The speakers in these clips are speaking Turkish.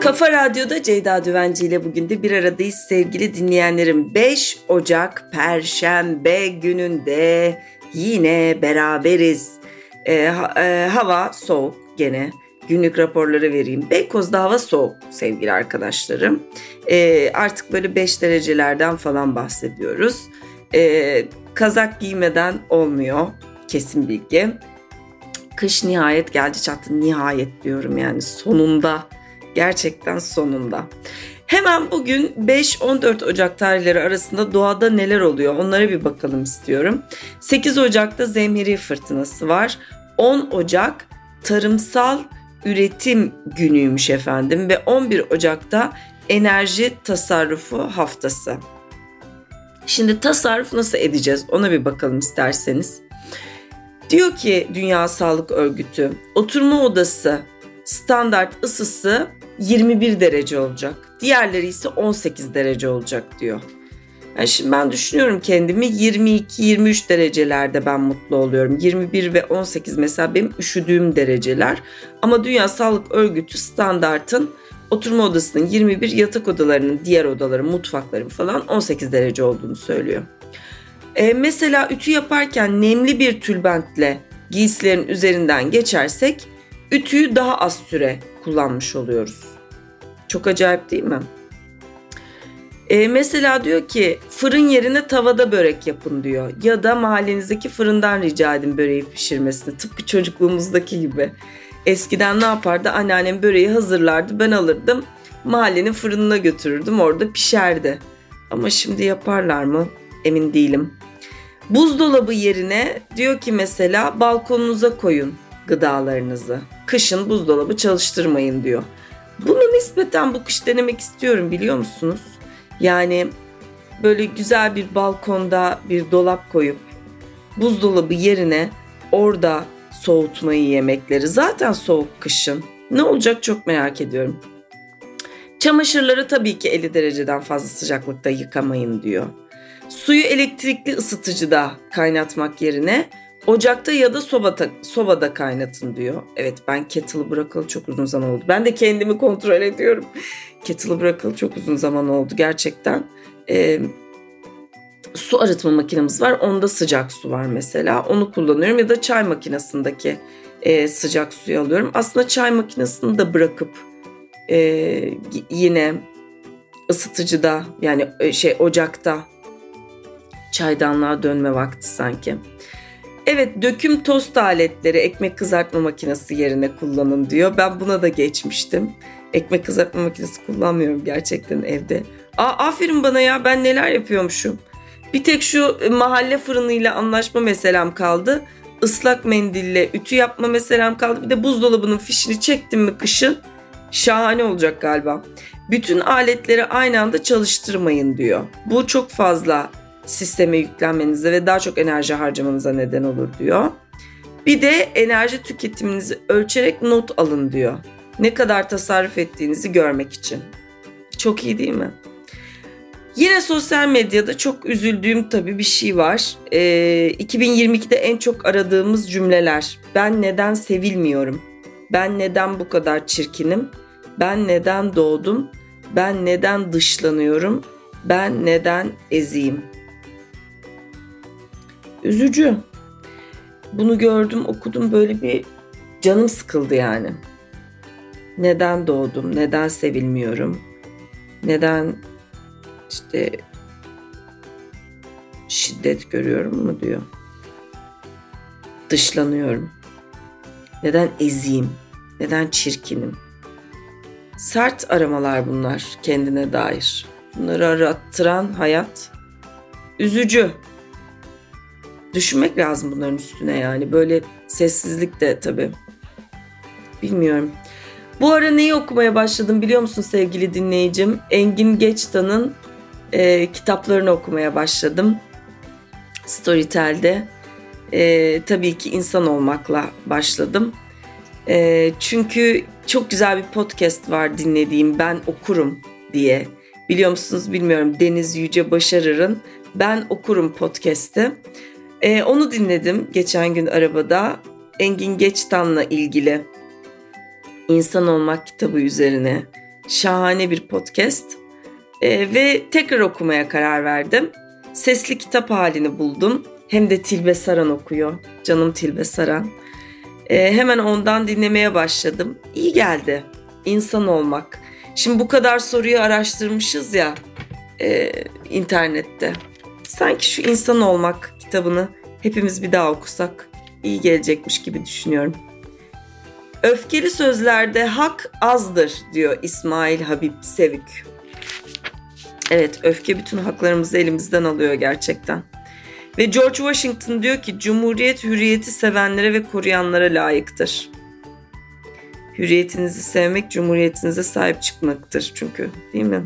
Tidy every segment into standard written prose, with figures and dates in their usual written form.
Kafa Radyo'da Ceyda Düvenci ile bugün de bir aradayız sevgili dinleyenlerim. 5 Ocak Perşembe gününde yine beraberiz. Hava soğuk gene. Günlük raporları vereyim. Beykoz'da hava soğuk sevgili arkadaşlarım. Artık böyle 5 derecelerden falan bahsediyoruz. Kazak giymeden olmuyor, kesin bilgi. Kış nihayet geldi çattı, nihayet diyorum yani sonunda. Gerçekten sonunda. Hemen bugün 5-14 Ocak tarihleri arasında doğada neler oluyor onlara bir bakalım istiyorum. 8 Ocak'ta Zemheri fırtınası var. 10 Ocak tarımsal üretim günüymüş efendim ve 11 Ocak'ta enerji tasarrufu haftası. Şimdi tasarruf nasıl edeceğiz ona bir bakalım isterseniz. Diyor ki Dünya Sağlık Örgütü, oturma odası standart ısısı 21 derece olacak. Diğerleri ise 18 derece olacak diyor. Yani şimdi ben düşünüyorum kendimi 22-23 derecelerde ben mutlu oluyorum. 21 ve 18 mesela benim üşüdüğüm dereceler. Ama Dünya Sağlık Örgütü standartın oturma odasının 21, yatak odalarının diğer odaların, mutfakların falan 18 derece olduğunu söylüyor. Mesela ütü yaparken nemli bir tülbentle giysilerin üzerinden geçersek ütüyü daha az süre kullanmış oluyoruz. Çok acayip değil mi? Mesela diyor ki fırın yerine tavada börek yapın diyor. Ya da mahallenizdeki fırından rica edin böreği pişirmesini. Tıpkı çocukluğumuzdaki gibi. Eskiden ne yapardı? Anneannem böreği hazırlardı. Ben alırdım. Mahallenin fırınına götürürdüm. Orada pişerdi. Ama şimdi yaparlar mı? Emin değilim. Buzdolabı yerine diyor ki mesela balkonunuza koyun gıdalarınızı. Kışın buzdolabı çalıştırmayın diyor. Bunu nispeten bu kış denemek istiyorum biliyor musunuz? Yani böyle güzel bir balkonda bir dolap koyup buzdolabı yerine orada soğutmayı yemekleri. Zaten soğuk kışın. Ne olacak çok merak ediyorum. Çamaşırları tabii ki 50 dereceden fazla sıcaklıkta yıkamayın diyor. Suyu elektrikli ısıtıcıda kaynatmak yerine ocakta ya da sobada kaynatın diyor. Evet, ben kettle'ı bırakalı çok uzun zaman oldu. Ben de kendimi kontrol ediyorum. Kettle'ı bırakalı çok uzun zaman oldu gerçekten. Su arıtma makinemiz var. Onda sıcak su var mesela. Onu kullanıyorum ya da çay makinesindeki sıcak suyu alıyorum. Aslında çay makinesini de bırakıp yine ısıtıcıda yani ocakta çaydanlığa dönme vakti sanki. Evet, döküm tost aletleri ekmek kızartma makinesi yerine kullanın diyor. Ben buna da geçmiştim. Ekmek kızartma makinesi kullanmıyorum gerçekten evde. Aferin bana ya, ben neler yapıyormuşum. Bir tek şu mahalle fırınıyla anlaşma meselem kaldı. Islak mendille ütü yapma meselem kaldı. Bir de buzdolabının fişini çektim mi kışın şahane olacak galiba. Bütün aletleri aynı anda çalıştırmayın diyor. Bu çok fazla sisteme yüklenmenize ve daha çok enerji harcamanıza neden olur diyor. Bir de enerji tüketiminizi ölçerek not alın diyor. Ne kadar tasarruf ettiğinizi görmek için. Çok iyi değil mi? Yine sosyal medyada çok üzüldüğüm tabii bir şey var. 2022'de en çok aradığımız cümleler. Ben neden sevilmiyorum? Ben neden bu kadar çirkinim? Ben neden doğdum? Ben neden dışlanıyorum? Ben neden eziyim? Üzücü. Bunu gördüm, okudum, böyle bir canım sıkıldı yani. Neden doğdum? Neden sevilmiyorum? Neden işte şiddet görüyorum mu diyor. Dışlanıyorum. Neden eziyim? Neden çirkinim? Sert aramalar bunlar kendine dair. Bunları arattıran hayat üzücü. Düşünmek lazım bunların üstüne yani. Böyle sessizlik de tabii. Bilmiyorum. Bu ara neyi okumaya başladım biliyor musun sevgili dinleyicim? Engin Geçtan'ın kitaplarını okumaya başladım. Storytel'de. Tabii ki insan olmakla başladım. Çünkü çok güzel bir podcast var dinlediğim, Ben Okurum diye. Biliyor musunuz bilmiyorum, Deniz Yüce Başarır'ın Ben Okurum podcast'i. Onu dinledim geçen gün arabada. Engin Geçtan'la ilgili İnsan Olmak kitabı üzerine Şahane bir podcast. Ve tekrar okumaya karar verdim. Sesli kitap halini buldum. Hem de Tilbe Saran okuyor. Canım Tilbe Saran. Hemen ondan dinlemeye başladım. İyi geldi. İnsan olmak. Şimdi bu kadar soruyu araştırmışız ya internette. Sanki şu insan olmak kitabını hepimiz bir daha okusak iyi gelecekmiş gibi düşünüyorum. Öfkeli sözlerde hak azdır diyor İsmail Habib Sevük. Evet, öfke bütün haklarımızı elimizden alıyor gerçekten. Ve George Washington diyor ki Cumhuriyet hürriyeti sevenlere ve koruyanlara layıktır. Hürriyetinizi sevmek cumhuriyetinize sahip çıkmaktır çünkü, değil mi?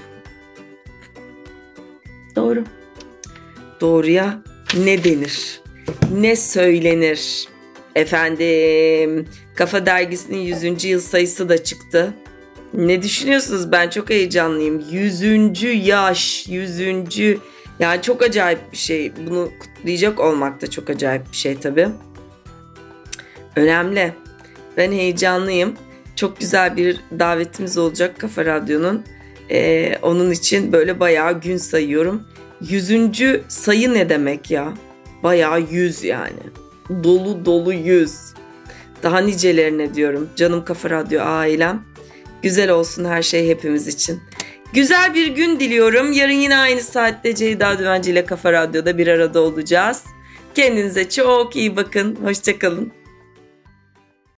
Doğru. Doğruya ne denir? Ne söylenir? Efendim, Kafa Dergisi'nin 100. yıl sayısı da çıktı. Ne düşünüyorsunuz? Ben çok heyecanlıyım. 100. yaş, 100. Yani çok acayip bir şey. Bunu kutlayacak olmak da çok acayip bir şey tabii. Önemli. Ben heyecanlıyım. Çok güzel bir davetimiz olacak Kafa Radyo'nun. Onun için böyle bayağı gün sayıyorum. 100. sayı ne demek ya? Bayağı 100 yani. Dolu dolu 100. Daha nicelerine diyorum. Canım Kafa Radyo ailem. Güzel olsun her şey hepimiz için. Güzel bir gün diliyorum. Yarın yine aynı saatte Ceyda Düvenci ile Kafa Radyo'da bir arada olacağız. Kendinize çok iyi bakın. Hoşça kalın.